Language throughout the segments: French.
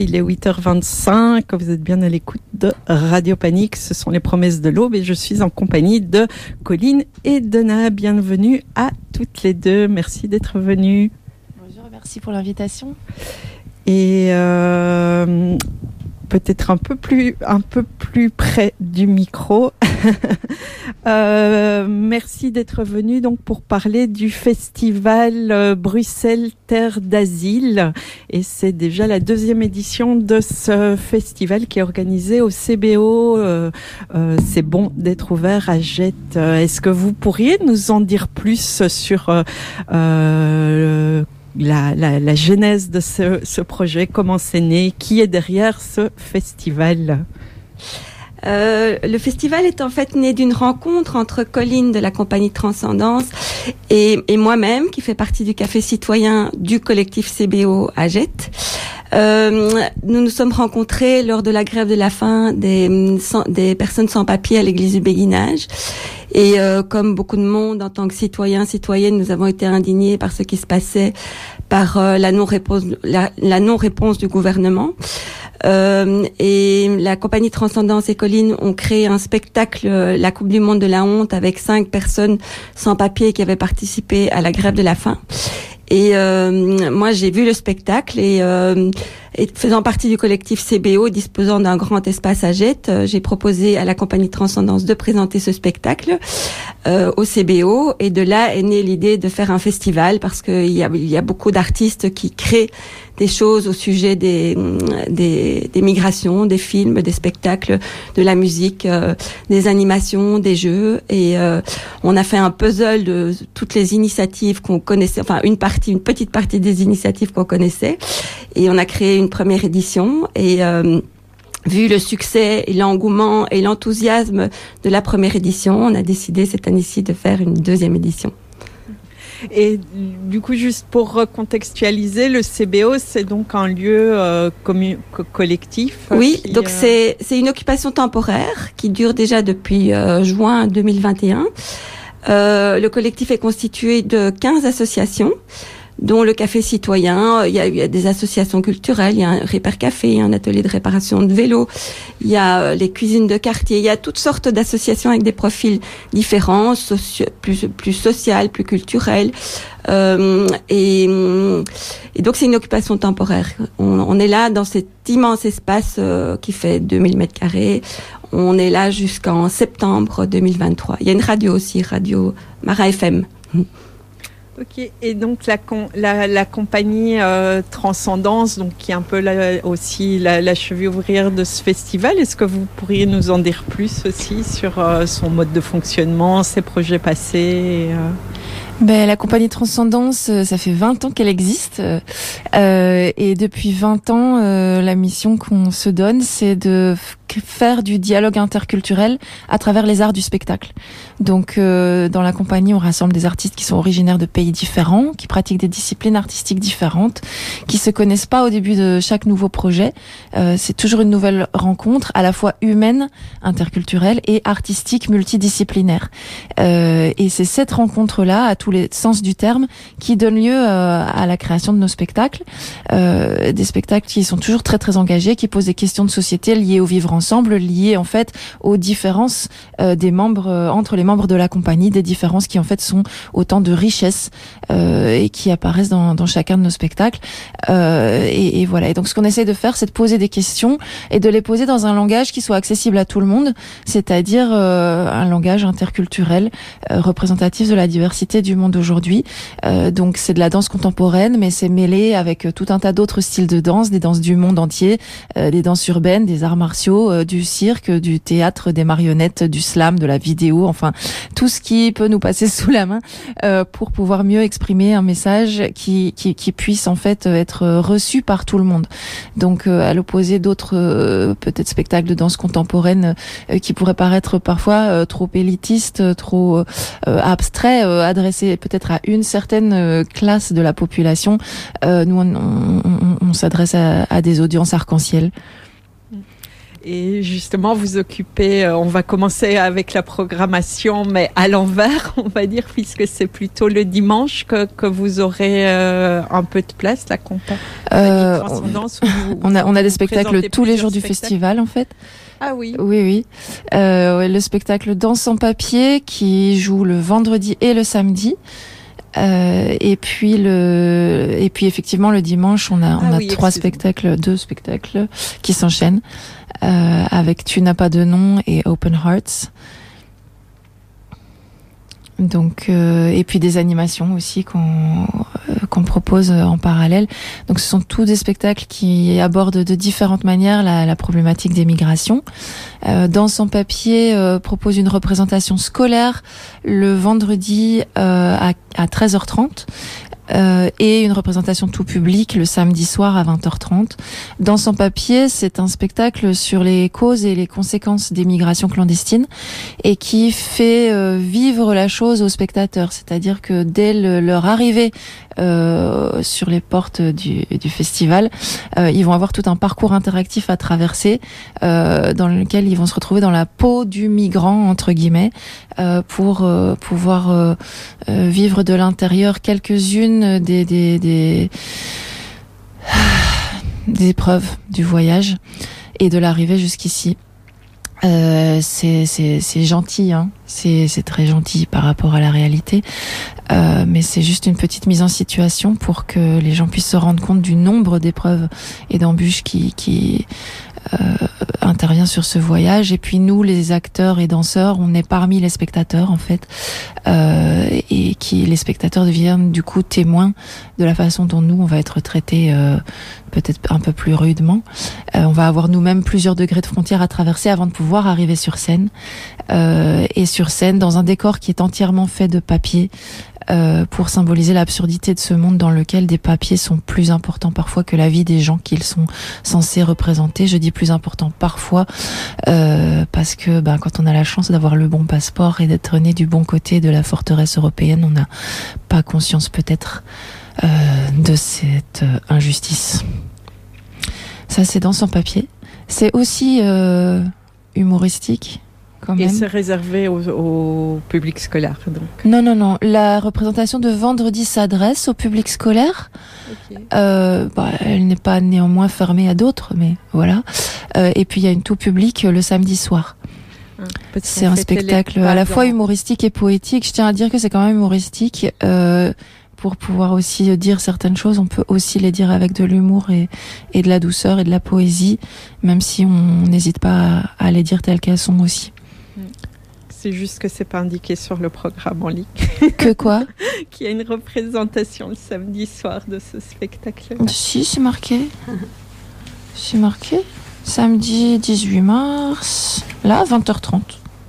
Il est 8h25, vous êtes bien à l'écoute de Radio Panique, ce sont les promesses de l'aube et je suis en compagnie de Colline et Donna. Bienvenue à toutes les deux, merci d'être venues. Bonjour, merci pour l'invitation. Et peut-être un peu plus près du micro. Merci d'être venu donc pour parler du festival Bruxelles Terre d'Asile, et c'est déjà la deuxième édition de ce festival qui est organisé au CBO. C'est bon d'être ouvert à Jette. Est-ce que vous pourriez nous en dire plus sur la genèse de ce projet, comment c'est né, qui est derrière ce festival? Le festival est en fait né d'une rencontre entre Colline de la compagnie Transcendance et moi-même, qui fait partie du café citoyen du collectif CBO à Jette. Nous nous sommes rencontrés lors de la grève de la faim des personnes sans papier à l'église du Béguinage. Et comme beaucoup de monde, en tant que citoyens, citoyennes, nous avons été indignés par ce qui se passait, par la non-réponse du gouvernement. Et la compagnie Transcendance et Colline ont créé un spectacle, la Coupe du Monde de la honte, avec 5 personnes sans papier qui avaient participé à la grève de la faim. Et moi, j'ai vu le spectacle et faisant partie du collectif CBO, disposant d'un grand espace à Jette, j'ai proposé à la compagnie Transcendance de présenter ce spectacle au CBO. Et de là est née l'idée de faire un festival, parce qu'il y a beaucoup d'artistes qui créent des choses au sujet des migrations, des films, des spectacles, de la musique, des animations, des jeux. Et on a fait un puzzle de toutes les initiatives qu'on connaissait, enfin une petite partie des initiatives qu'on connaissait. Et on a créé une première édition. Et vu le succès et l'engouement et l'enthousiasme de la première édition, on a décidé cette année-ci de faire une deuxième édition. Et du coup, juste pour recontextualiser, le CBO, c'est donc un lieu collectif. Oui, donc c'est une occupation temporaire qui dure déjà depuis juin 2021. Le collectif est constitué de 15 associations, dont le café citoyen. Il y a des associations culturelles, il y a un Repair Café, il y a un atelier de réparation de vélos, il y a les cuisines de quartier, il y a toutes sortes d'associations avec des profils différents, plus social, plus culturels. Et donc c'est une occupation temporaire. On est là dans cet immense espace qui fait 2000 mètres carrés. On est là jusqu'en septembre 2023. Il y a une radio aussi, Radio Mara FM. Ok, et donc la compagnie Transcendance, donc qui est un peu aussi la cheville ouvrière de ce festival, est-ce que vous pourriez nous en dire plus aussi sur son mode de fonctionnement, ses projets passés La compagnie Transcendance, ça fait 20 ans qu'elle existe, et depuis 20 ans, la mission qu'on se donne, c'est de faire du dialogue interculturel à travers les arts du spectacle. Donc dans la compagnie, on rassemble des artistes qui sont originaires de pays différents, qui pratiquent des disciplines artistiques différentes, qui se connaissent pas au début de chaque nouveau projet. C'est toujours une nouvelle rencontre, à la fois humaine, interculturelle et artistique, multidisciplinaire. Et c'est cette rencontre-là, à tous les sens du terme, qui donne lieu à la création de nos spectacles. Des spectacles qui sont toujours très très engagés, qui posent des questions de société liées au vivre ensemble, liées en fait aux différences des membres entre les membres de la compagnie, des différences qui en fait sont autant de richesses et qui apparaissent dans chacun de nos spectacles. Et voilà. Et donc ce qu'on essaie de faire, c'est de poser des questions et de les poser dans un langage qui soit accessible à tout le monde, c'est-à-dire un langage interculturel représentatif de la diversité du monde aujourd'hui. Donc c'est de la danse contemporaine, mais c'est mêlé avec tout un tas d'autres styles de danse, des danses du monde entier, des danses urbaines, des arts martiaux, du cirque, du théâtre, des marionnettes, du slam, de la vidéo, enfin tout ce qui peut nous passer sous la main pour pouvoir mieux exprimer un message qui puisse en fait être reçu par tout le monde. Donc à l'opposé d'autres peut-être spectacles de danse contemporaine qui pourraient paraître parfois trop élitistes, trop abstraits, adressés peut-être à une certaine classe de la population, nous on s'adresse à des audiences arc-en-ciel. Et justement, vous occupez, on va commencer avec la programmation, mais à l'envers, on va dire, puisque c'est plutôt le dimanche que vous aurez un peu de place, la compagnie Transcendance. On a des spectacles tous les jours du festival, en fait. Ah oui. Oui. Le spectacle Danse sans papier qui joue le vendredi et le samedi. Et puis effectivement le dimanche on a deux spectacles qui s'enchaînent avec Tu n'as pas de nom et Open Hearts. Donc et puis des animations aussi qu'on propose en parallèle. Donc ce sont tous des spectacles qui abordent de différentes manières la problématique des migrations. Danse sans papier propose une représentation scolaire le vendredi à 13h30. Et une représentation tout public le samedi soir à 20h30. Danse sans papier, c'est un spectacle sur les causes et les conséquences des migrations clandestines et qui fait vivre la chose aux spectateurs. C'est-à-dire que dès leur arrivée sur les portes du festival, ils vont avoir tout un parcours interactif à traverser dans lequel ils vont se retrouver dans la peau du migrant, entre guillemets, pour pouvoir vivre de l'intérieur quelques-unes des épreuves du voyage et de l'arrivée jusqu'ici. C'est gentil, hein. C'est très gentil par rapport à la réalité, mais c'est juste une petite mise en situation pour que les gens puissent se rendre compte du nombre d'épreuves et d'embûches qui intervient sur ce voyage. Et puis nous, les acteurs et danseurs, on est parmi les spectateurs en fait, et les spectateurs deviennent du coup témoins de la façon dont nous on va être traités, peut-être un peu plus rudement. On va avoir nous-mêmes plusieurs degrés de frontières à traverser avant de pouvoir arriver sur scène, et sur scène dans un décor qui est entièrement fait de papier. Pour symboliser l'absurdité de ce monde dans lequel des papiers sont plus importants parfois que la vie des gens qu'ils sont censés représenter. Je dis plus important parfois parce que quand on a la chance d'avoir le bon passeport et d'être né du bon côté de la forteresse européenne, on n'a pas conscience peut-être de cette injustice. Ça, c'est Danse sans papier. C'est aussi humoristique. Et c'est réservé au public scolaire, donc. Non. La représentation de vendredi s'adresse au public scolaire. Okay. Elle n'est pas néanmoins fermée à d'autres, mais voilà. Et puis il y a une tout public le samedi soir. C'est un spectacle à la fois humoristique et poétique. Je tiens à dire que c'est quand même humoristique. Pour pouvoir aussi dire certaines choses, on peut aussi les dire avec de l'humour et de la douceur et de la poésie, même si on n'hésite pas à les dire telles qu'elles sont aussi. C'est juste que c'est pas indiqué sur le programme en ligne. Que quoi? Qu'il y a une représentation le samedi soir de ce spectacle. Si, c'est marqué. C'est marqué. Samedi 18 mars, là, 20h30.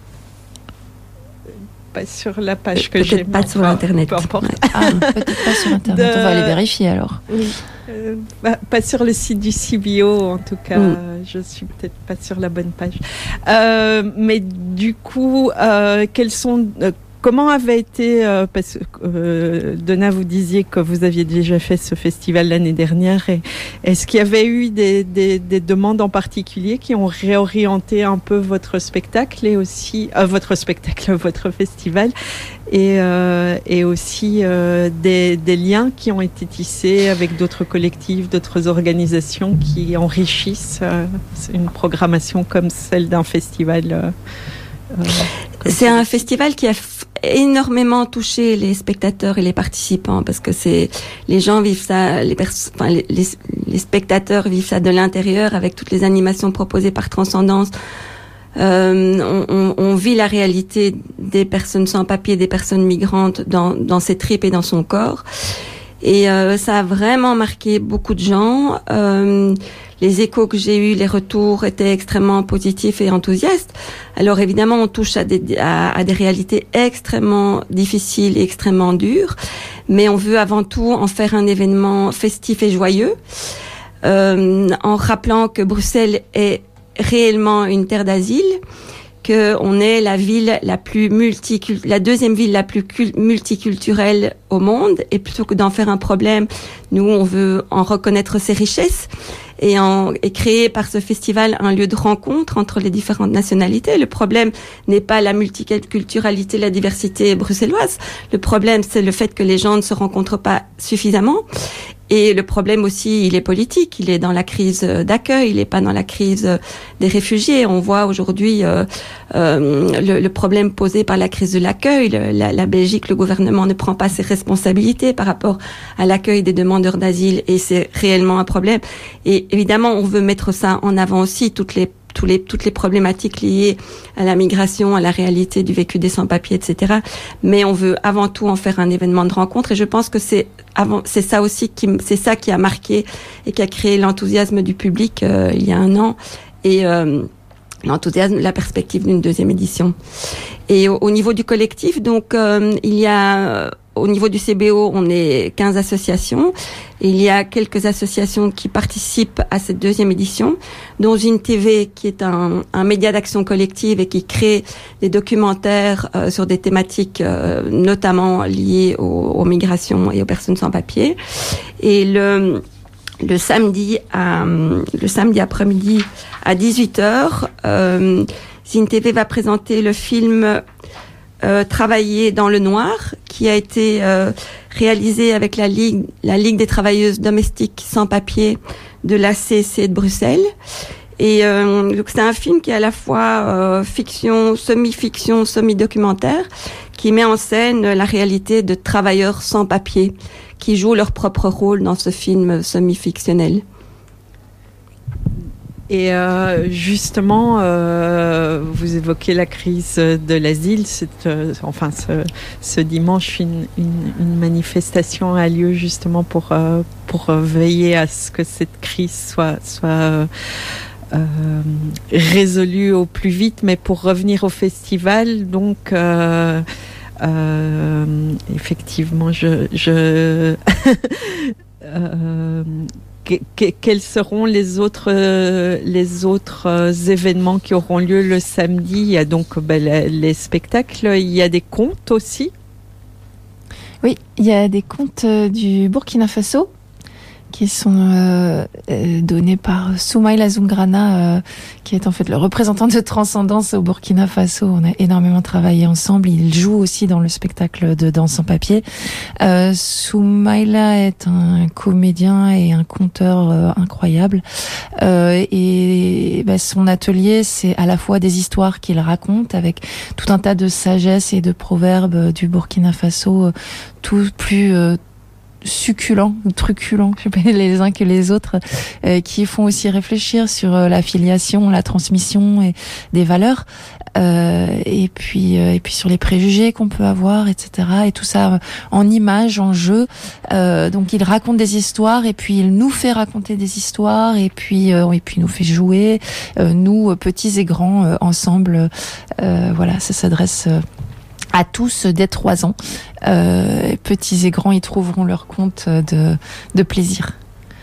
Pas sur la page que j'ai. Peut-être pas sur Internet. Peu importe. Ouais. Peut-être pas sur Internet. On va aller vérifier alors. Oui. Pas sur le site du CBO, en tout cas. Je suis peut-être pas sur la bonne page. Mais du coup, comment avait été, parce que Donna, vous disiez que vous aviez déjà fait ce festival l'année dernière, et est-ce qu'il y avait eu des demandes en particulier qui ont réorienté un peu votre spectacle et aussi votre festival, et aussi des liens qui ont été tissés avec d'autres collectifs, d'autres organisations qui enrichissent une programmation comme celle d'un festival? C'est un festival qui a énormément touché les spectateurs et les participants, parce que les gens vivent ça, les spectateurs vivent ça de l'intérieur avec toutes les animations proposées par Transcendance. On vit la réalité des personnes sans papier, des personnes migrantes dans ses tripes et dans son corps. Et ça a vraiment marqué beaucoup de gens. Les échos que j'ai eus, les retours étaient extrêmement positifs et enthousiastes. Alors évidemment, on touche à des réalités extrêmement difficiles et extrêmement dures, mais on veut avant tout en faire un événement festif et joyeux, en rappelant que Bruxelles est réellement une terre d'asile, que on est la ville la deuxième ville la plus multiculturelle au monde, et plutôt que d'en faire un problème, nous on veut en reconnaître ses richesses et créer par ce festival un lieu de rencontre entre les différentes nationalités. Le problème n'est pas la multiculturalité, la diversité bruxelloise. Le problème, c'est le fait que les gens ne se rencontrent pas suffisamment. Et le problème aussi, il est politique. Il est dans la crise d'accueil, il n'est pas dans la crise des réfugiés. On voit aujourd'hui le problème posé par la crise de l'accueil. La Belgique, le gouvernement ne prend pas ses responsabilités par rapport à l'accueil des demandeurs d'asile, et c'est réellement un problème. Et évidemment, on veut mettre ça en avant aussi, toutes les problématiques liées à la migration, à la réalité du vécu des sans-papiers, etc. Mais on veut avant tout en faire un événement de rencontre, et je pense que c'est ça aussi c'est ça qui a marqué et qui a créé l'enthousiasme du public il y a un an, et l'enthousiasme, la perspective d'une deuxième édition. Et au niveau du collectif, donc il y a au niveau du CBO, on est 15 associations. Il y a quelques associations qui participent à cette deuxième édition, dont Une TV, qui est un média d'action collective et qui crée des documentaires sur des thématiques notamment liées aux migrations et aux personnes sans papier. Et le samedi après-midi à 18h, Zine TV va présenter le film Travailler dans le noir, qui a été réalisé avec la Ligue des travailleuses domestiques sans papier de la CSC de Bruxelles. Et donc c'est un film qui est à la fois fiction, semi-fiction, semi-documentaire, qui met en scène la réalité de travailleurs sans papier qui jouent leur propre rôle dans ce film semi-fictionnel. Et justement, vous évoquez la crise de l'asile. Ce dimanche, une manifestation a lieu justement pour veiller à ce que cette crise soit résolue au plus vite. Mais pour revenir au festival, donc effectivement, quels seront les autres événements qui auront lieu le samedi? Il y a donc les spectacles, il y a des contes aussi. Oui, il y a des contes du Burkina Faso qui sont donnés par Soumaïla Zoungrana, qui est en fait le représentant de Transcendance au Burkina Faso. On a énormément travaillé ensemble. Il joue aussi dans le spectacle de Danse sans papier. Soumaïla est un comédien et un conteur incroyable. Et son atelier, c'est à la fois des histoires qu'il raconte avec tout un tas de sagesse et de proverbes du Burkina Faso, tout plus succulents ou truculents, je sais pas, les uns que les autres, qui font aussi réfléchir sur la filiation, la transmission et des valeurs, et puis sur les préjugés qu'on peut avoir, etc. Et tout ça en images, en jeu. Donc il raconte des histoires et puis il nous fait raconter des histoires et puis nous fait jouer, nous petits et grands ensemble. Voilà, ça s'adresse à tous dès 3 ans. Petits et grands y trouveront leur compte de plaisir.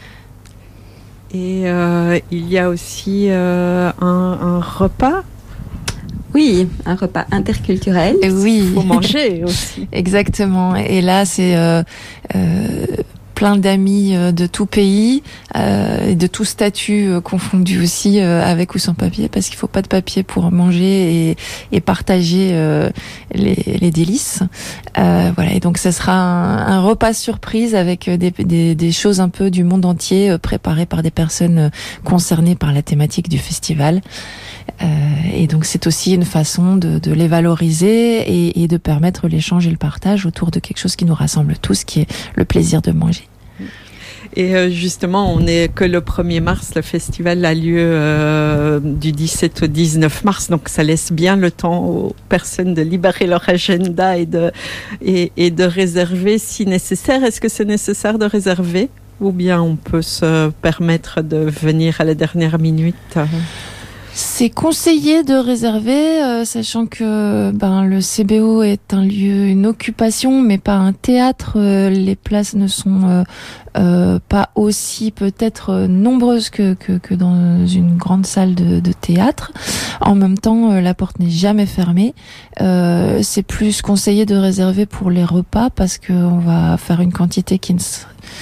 Et il y a aussi un repas. Oui, un repas interculturel. Oui. Il faut manger aussi. Exactement. Et là, c'est plein d'amis de tout pays, de tout statut confondus aussi, avec ou sans papier, parce qu'il faut pas de papier pour manger et partager les délices. Voilà. Et donc, ça sera un repas surprise avec des choses un peu du monde entier, préparées par des personnes concernées par la thématique du festival. Et donc c'est aussi une façon de les valoriser et de permettre l'échange et le partage autour de quelque chose qui nous rassemble tous, qui est le plaisir de manger. Et justement, on n'est que le 1er mars, le festival a lieu du 17 au 19 mars, donc ça laisse bien le temps aux personnes de libérer leur agenda et de réserver si nécessaire. Est-ce que c'est nécessaire de réserver ou bien on peut se permettre de venir à la dernière minute? C'est conseillé de réserver, sachant que le CBO est un lieu, une occupation, mais pas un théâtre. Les places ne sont pas aussi peut-être nombreuses que dans une grande salle de théâtre. En même temps, la porte n'est jamais fermée. C'est plus conseillé de réserver pour les repas parce que on va faire une quantité qui ne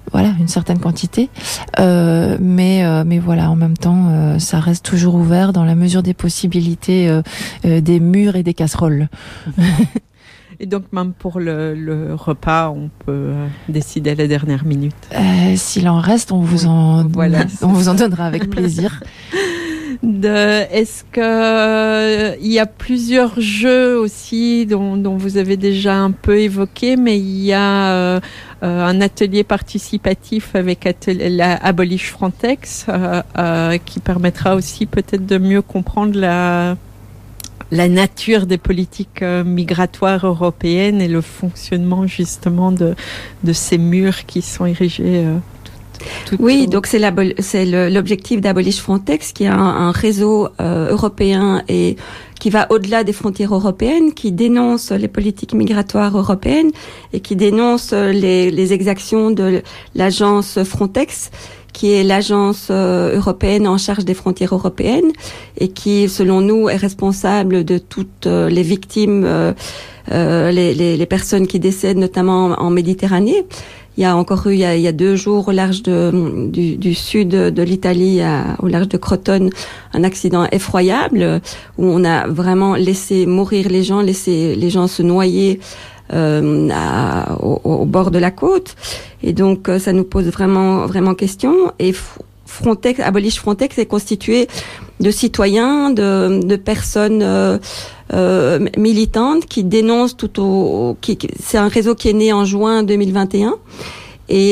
voilà, une certaine quantité. Mais voilà, en même temps, ça reste toujours ouvert dans la mesure des possibilités des murs et des casseroles. Et donc même pour le repas, on peut décider à la dernière minute. S'il en reste, on vous en donnera avec plaisir. Est-ce que il y a plusieurs jeux aussi dont vous avez déjà un peu évoqué, mais il y a un atelier participatif avec Abolish Frontex qui permettra aussi peut-être de mieux comprendre la nature des politiques migratoires européennes et le fonctionnement justement de ces murs qui sont érigés. Donc c'est l'objectif d'Abolish Frontex, qui est un réseau européen et qui va au-delà des frontières européennes, qui dénonce les politiques migratoires européennes et qui dénonce les exactions de l'agence Frontex, qui est l'agence européenne en charge des frontières européennes et qui, selon nous, est responsable de toutes les victimes, les personnes qui décèdent, notamment en Méditerranée. Il y a encore eu, il y a 2 jours, au large du sud de l'Italie, au large de Crotone, un accident effroyable où on a vraiment laissé mourir les gens, laissé les gens se noyer au bord de la côte. Et donc, ça nous pose vraiment question. Et Abolish Frontex est constitué de citoyens, de personnes militantes qui dénoncent c'est un réseau qui est né en juin 2021 et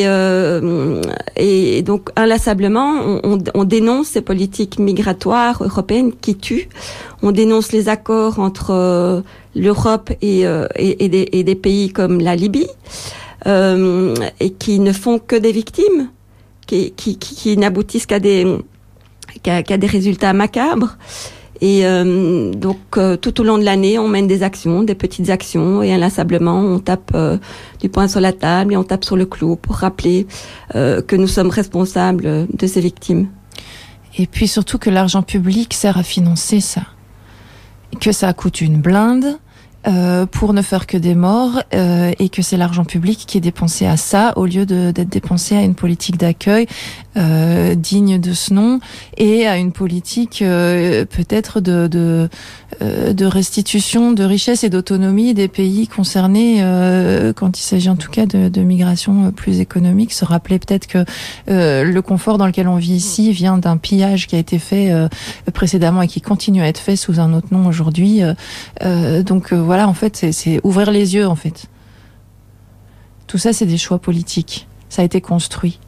donc inlassablement on dénonce ces politiques migratoires européennes qui tuent. On dénonce les accords entre l'Europe et des pays comme la Libye et qui ne font que des victimes, qui n'aboutissent qu'à des résultats macabres. Et donc tout au long de l'année, on mène des actions, des petites actions, et inlassablement, on tape du poing sur la table et on tape sur le clou pour rappeler que nous sommes responsables de ces victimes. Et puis surtout que l'argent public sert à financer ça, que ça coûte une blinde pour ne faire que des morts, et que c'est l'argent public qui est dépensé à ça au lieu d'être dépensé à une politique d'accueil digne de ce nom et à une politique peut-être de restitution de richesse et d'autonomie des pays concernés quand il s'agit en tout cas de migration plus économique. Se rappeler peut-être que le confort dans lequel on vit ici vient d'un pillage qui a été fait précédemment et qui continue à être fait sous un autre nom aujourd'hui. Donc voilà, en fait, c'est ouvrir les yeux, en fait. Tout ça, c'est des choix politiques. Ça a été construit.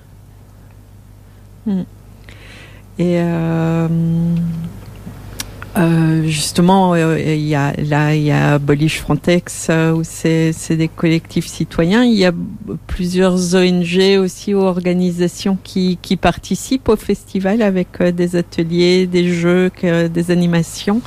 Et justement, il y a Abolish Frontex où c'est des collectifs citoyens. Il y a plusieurs ONG aussi ou organisations qui participent au festival avec des ateliers, des jeux, des animations.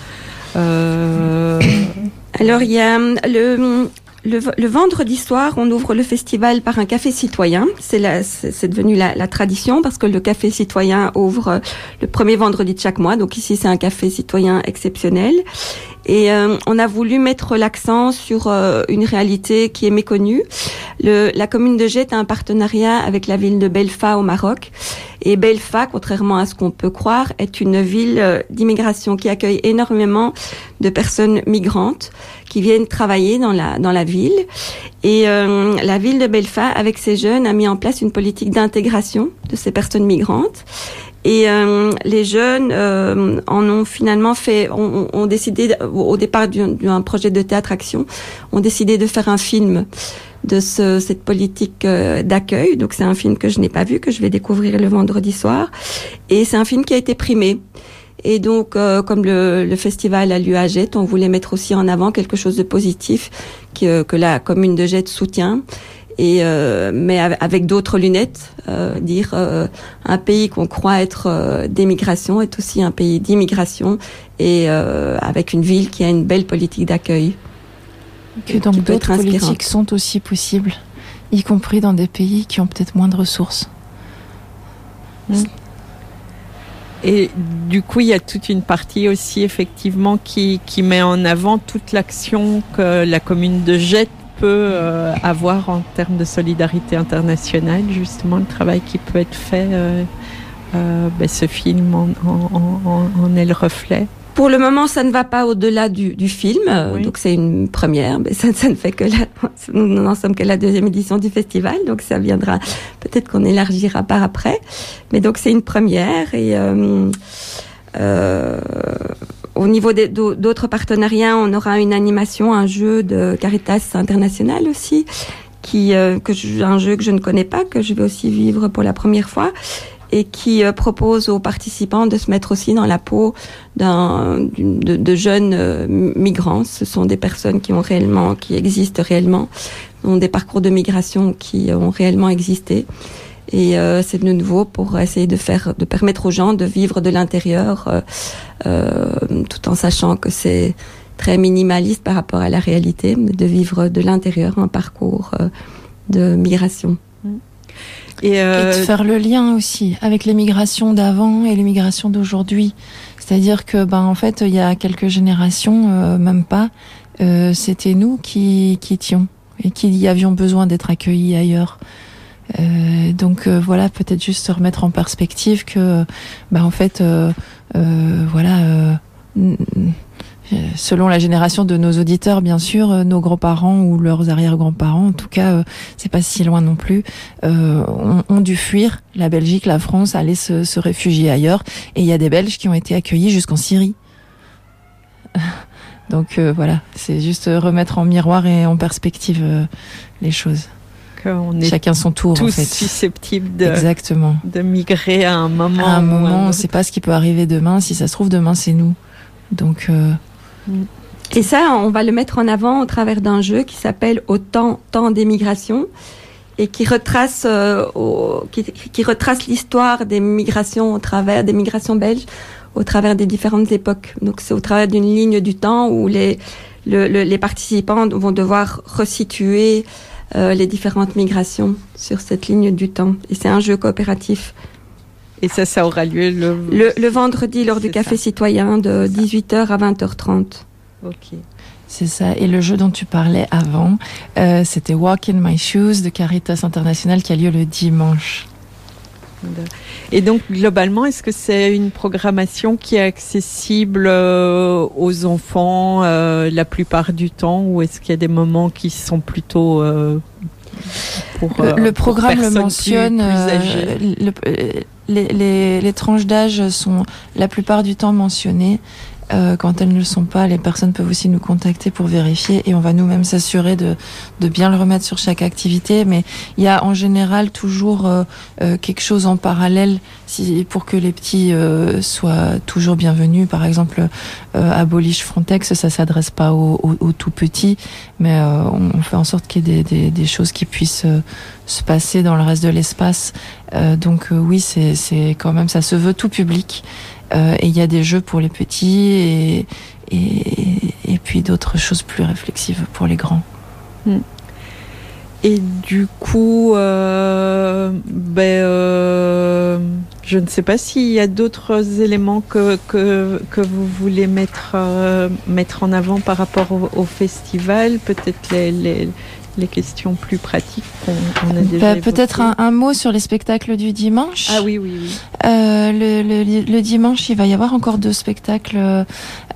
Alors il y a le vendredi soir, on ouvre le festival par un café citoyen. C'est devenu la tradition parce que le café citoyen ouvre le premier vendredi de chaque mois. Donc ici, c'est un café citoyen exceptionnel. Et on a voulu mettre l'accent sur une réalité qui est méconnue. La commune de Gênes a un partenariat avec la ville de Belfa au Maroc. Et Belfa, contrairement à ce qu'on peut croire, est une ville d'immigration qui accueille énormément de personnes migrantes qui viennent travailler dans la ville. Et la ville de Belfa, avec ses jeunes, a mis en place une politique d'intégration de ces personnes migrantes. Et les jeunes en ont finalement ont décidé, au départ d'un projet de théâtre-action, ont décidé de faire un film de cette politique d'accueil. Donc c'est un film que je n'ai pas vu, que je vais découvrir le vendredi soir. Et c'est un film qui a été primé. Et donc, comme le festival a lieu à Gênes, on voulait mettre aussi en avant quelque chose de positif que la commune de Gênes soutient. Mais avec d'autres lunettes, dire un pays qu'on croit être d'émigration est aussi un pays d'immigration et avec une ville qui a une belle politique d'accueil. Que donc d'autres politiques sont aussi possibles, y compris dans des pays qui ont peut-être moins de ressources. Et du coup, il y a toute une partie aussi effectivement qui met en avant toute l'action que la commune de Gênes peut avoir en termes de solidarité internationale, justement, le travail qui peut être fait. Ce film en est le reflet. Pour le moment, ça ne va pas au-delà du film, oui. Donc c'est une première. Mais ça ne fait que nous n'en sommes que la 2e édition du festival, donc ça viendra. Peut-être qu'on élargira par après, mais donc c'est une première. Et au niveau d'autres partenariats, on aura une animation, un jeu de Caritas International aussi, un jeu que je ne connais pas, que je vais aussi vivre pour la première fois. Et qui propose aux participants de se mettre aussi dans la peau de jeunes migrants. Ce sont des personnes qui existent réellement, ont des parcours de migration qui ont réellement existé. Et c'est de nouveau pour essayer de permettre aux gens de vivre de l'intérieur, tout en sachant que c'est très minimaliste par rapport à la réalité, mais de vivre de l'intérieur un parcours de migration. Et de faire le lien aussi avec les migrations d'avant et les migrations d'aujourd'hui. C'est-à-dire que, en fait, il y a quelques générations, même pas, c'était nous qui étions et qui avions besoin d'être accueillis ailleurs. Donc voilà, peut-être juste se remettre en perspective que, en fait, selon la génération de nos auditeurs, bien sûr, nos grands-parents ou leurs arrière-grands-parents, en tout cas, c'est pas si loin non plus, ont dû fuir la Belgique, la France, aller se réfugier ailleurs. Et il y a des Belges qui ont été accueillis jusqu'en Syrie. Donc voilà, c'est juste remettre en miroir et en perspective les choses. On est chacun son tour, tous en fait. Susceptibles Exactement. de migrer à un moment. À un moment, on ne sait pas ce qui peut arriver demain. Si ça se trouve, demain, c'est nous. Donc... Et ça, on va le mettre en avant au travers d'un jeu qui s'appelle Au temps des migrations et qui retrace l'histoire des migrations au travers des migrations belges au travers des différentes époques. Donc c'est au travers d'une ligne du temps où les participants vont devoir resituer les différentes migrations sur cette ligne du temps. Et c'est un jeu coopératif. Et ça aura lieu le vendredi lors du Café Citoyen de 18h à 20h30. Ok. C'est ça. Et le jeu dont tu parlais avant, c'était Walk in My Shoes de Caritas International qui a lieu le dimanche. Et donc, globalement, est-ce que c'est une programmation qui est accessible aux enfants la plupart du temps, ou est-ce qu'il y a des moments qui sont plutôt pour le programme le mentionne. Plus les tranches d'âge sont la plupart du temps mentionnées. Quand elles ne le sont pas, les personnes peuvent aussi nous contacter pour vérifier et on va nous-mêmes s'assurer de bien le remettre sur chaque activité. Mais il y a en général toujours quelque chose en parallèle pour que les petits soient toujours bienvenus. Par exemple, Abolish Frontex, ça s'adresse pas aux tout petits, mais on fait en sorte qu'il y ait des choses qui puissent se passer dans le reste de l'espace. Donc oui, c'est quand même, ça se veut tout public. Et il y a des jeux pour les petits et puis d'autres choses plus réflexives pour les grands. Et du coup, je ne sais pas s'il y a d'autres éléments que vous voulez mettre en avant par rapport au festival, peut-être les questions plus pratiques qu'on a déjà évoquées. Peut-être un mot sur les spectacles du dimanche. Ah oui. Le dimanche, il va y avoir encore 2 spectacles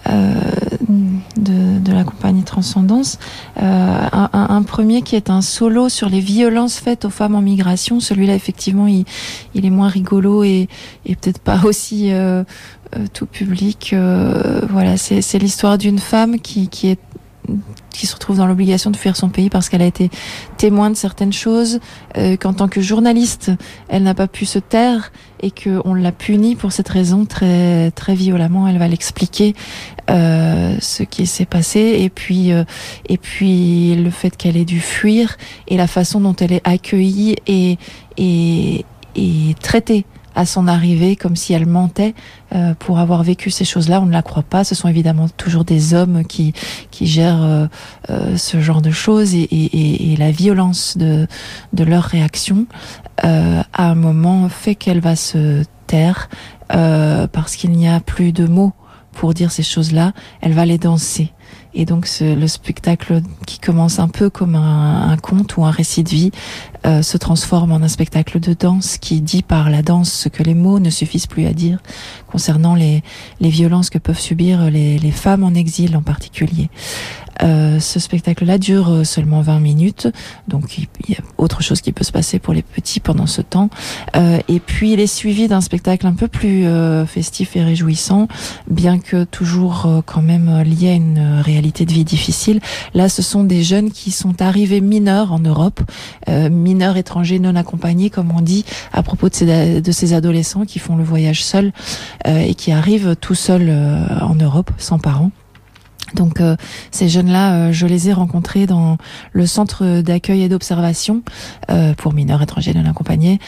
de la compagnie Transcendance. Un premier qui est un solo sur les violences faites aux femmes en migration. Celui-là, effectivement, il est moins rigolo et peut-être pas aussi tout public. Voilà, c'est l'histoire d'une femme qui se retrouve dans l'obligation de fuir son pays parce qu'elle a été témoin de certaines choses, qu'en tant que journaliste, elle n'a pas pu se taire et qu'on l'a punie pour cette raison très, très violemment. Elle va l'expliquer, ce qui s'est passé et puis le fait qu'elle ait dû fuir et la façon dont elle est accueillie et traitée à son arrivée, comme si elle mentait pour avoir vécu ces choses-là. On ne la croit pas. Ce sont évidemment toujours des hommes qui gèrent ce genre de choses et la violence de leur réaction à un moment fait qu'elle va se taire parce qu'il n'y a plus de mots pour dire ces choses-là. Elle va les danser. Et donc le spectacle qui commence un peu comme un conte ou un récit de vie se transforme en un spectacle de danse qui dit par la danse ce que les mots ne suffisent plus à dire concernant les violences que peuvent subir les femmes en exil en particulier. Ce spectacle-là dure seulement 20 minutes, donc il y a autre chose qui peut se passer pour les petits pendant ce temps. Et puis il est suivi d'un spectacle un peu plus festif et réjouissant, bien que toujours quand même lié à une réalité de vie difficile. Là, ce sont des jeunes qui sont arrivés mineurs en Europe, mineurs étrangers non accompagnés, comme on dit, à propos de ces adolescents qui font le voyage seuls et qui arrivent tout seuls en Europe, sans parents. Donc ces jeunes-là, je les ai rencontrés dans le centre d'accueil et d'observation pour mineurs étrangers non accompagnés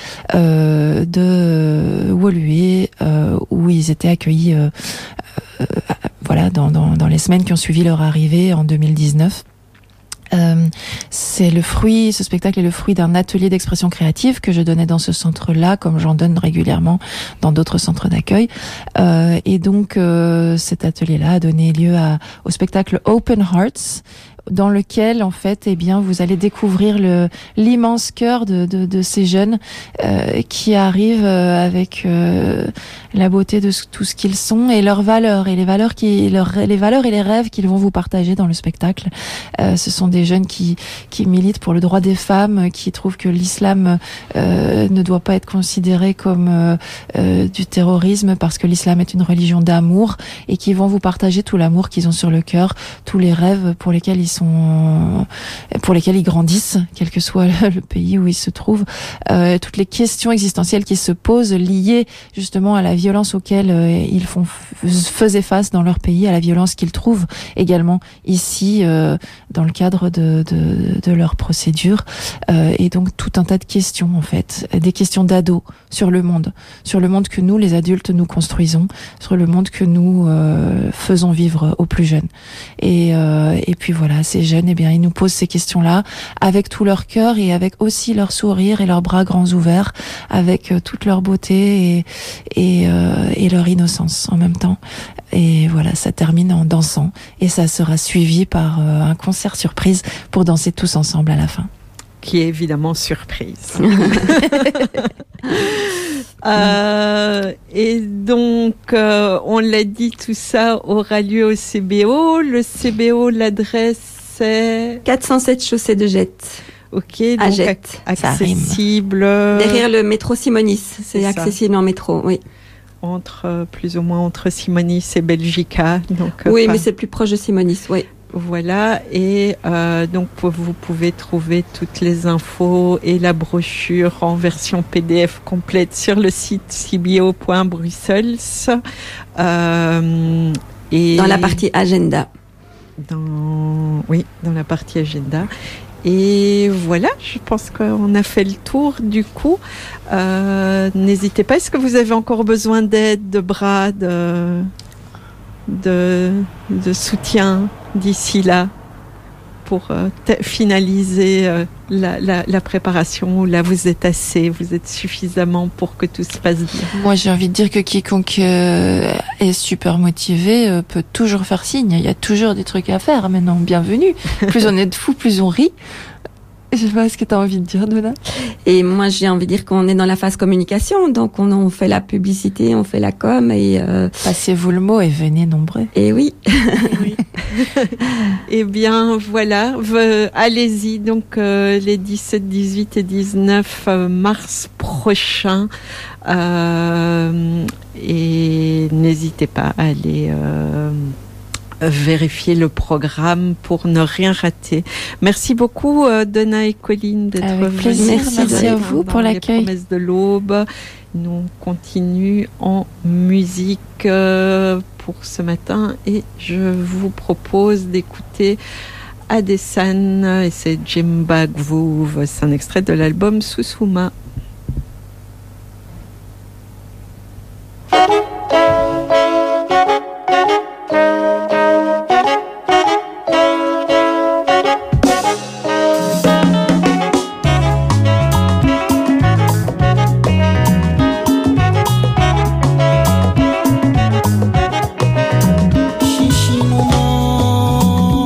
de Woluwe, où ils étaient accueillis voilà dans les semaines qui ont suivi leur arrivée en 2019. Ce spectacle est le fruit d'un atelier d'expression créative que je donnais dans ce centre-là, comme j'en donne régulièrement dans d'autres centres d'accueil. Et donc, cet atelier-là a donné lieu au spectacle Open Hearts, dans lequel, en fait, eh bien, vous allez découvrir l'immense cœur de ces jeunes qui arrivent avec la beauté de tout ce qu'ils sont et leurs valeurs et les valeurs et les rêves qu'ils vont vous partager dans le spectacle. Ce sont des jeunes qui militent pour le droit des femmes, qui trouvent que l'islam ne doit pas être considéré comme du terrorisme parce que l'islam est une religion d'amour, et qui vont vous partager tout l'amour qu'ils ont sur le cœur, tous les rêves pour lesquels ils grandissent, quel que soit le pays où ils se trouvent, toutes les questions existentielles qui se posent liées justement à la violence auquel ils faisaient face dans leur pays, à la violence qu'ils trouvent également ici dans le cadre de leur procédure, et donc tout un tas de questions, en fait, des questions d'ados sur le monde que nous les adultes nous construisons, sur le monde que nous faisons vivre aux plus jeunes. Et puis voilà, ces jeunes, eh bien, ils nous posent ces questions-là avec tout leur cœur et avec aussi leur sourire et leurs bras grands ouverts, avec toute leur beauté et leur innocence en même temps. Et voilà, ça termine en dansant, et ça sera suivi par un concert surprise pour danser tous ensemble à la fin. Qui est évidemment surprise. Et donc, on l'a dit, tout ça aura lieu au CBO. Le CBO, l'adresse c'est 407 chaussée de Jette. Ok, donc Jette. Accessible. Derrière le métro Simonis. C'est accessible en métro, oui. Plus ou moins entre Simonis et Belgica. Donc, oui, mais c'est plus proche de Simonis, oui. Voilà, et donc vous pouvez trouver toutes les infos et la brochure en version PDF complète sur le site cbo.brussels. Et dans la partie agenda. Dans la partie agenda. Et voilà, je pense qu'on a fait le tour du coup. N'hésitez pas, est-ce que vous avez encore besoin d'aide, de bras, de soutien d'ici là pour finaliser la préparation? Là, vous êtes suffisamment pour que tout se passe bien. Moi, j'ai envie de dire que quiconque est super motivé peut toujours faire signe. Il y a toujours des trucs à faire. Maintenant, bienvenue. Plus on est de fous, plus on rit. Je sais pas ce que tu as envie de dire, Donna. Et moi, j'ai envie de dire qu'on est dans la phase communication, donc on fait la publicité, on fait la com et passez-vous le mot et venez nombreux. Et oui. Oui. Eh bien, voilà, allez-y. Donc les 17, 18 et 19 mars prochains, et n'hésitez pas à aller vérifier le programme pour ne rien rater. Merci beaucoup Donna et Colline d'être venues. Merci à vous pour l'accueil. Les promesses de l'aube. Nous on continue en musique pour ce matin, et je vous propose d'écouter Adesan et c'est Jimba Groove. C'est un extrait de l'album Susuma. Shishinomo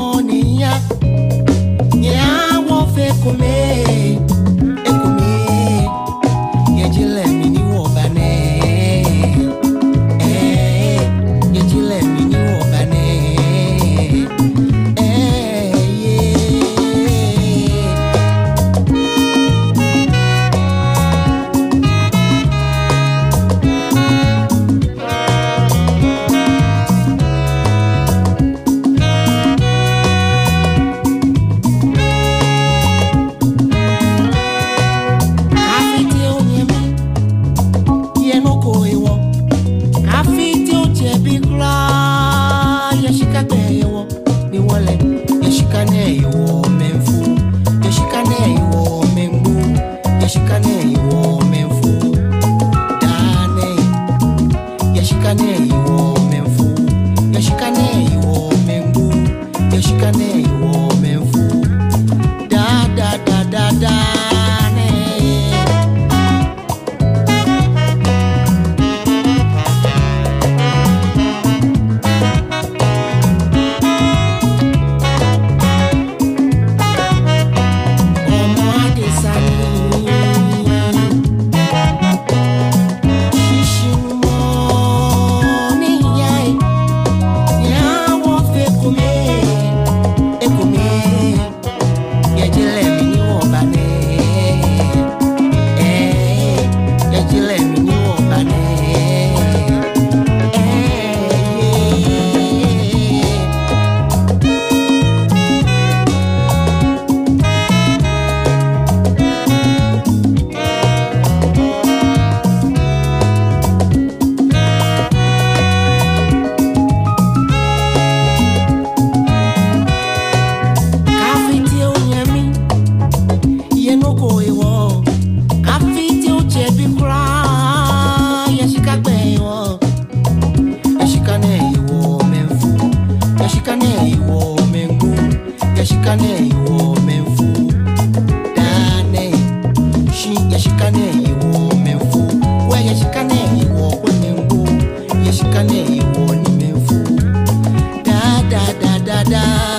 Da da da da da.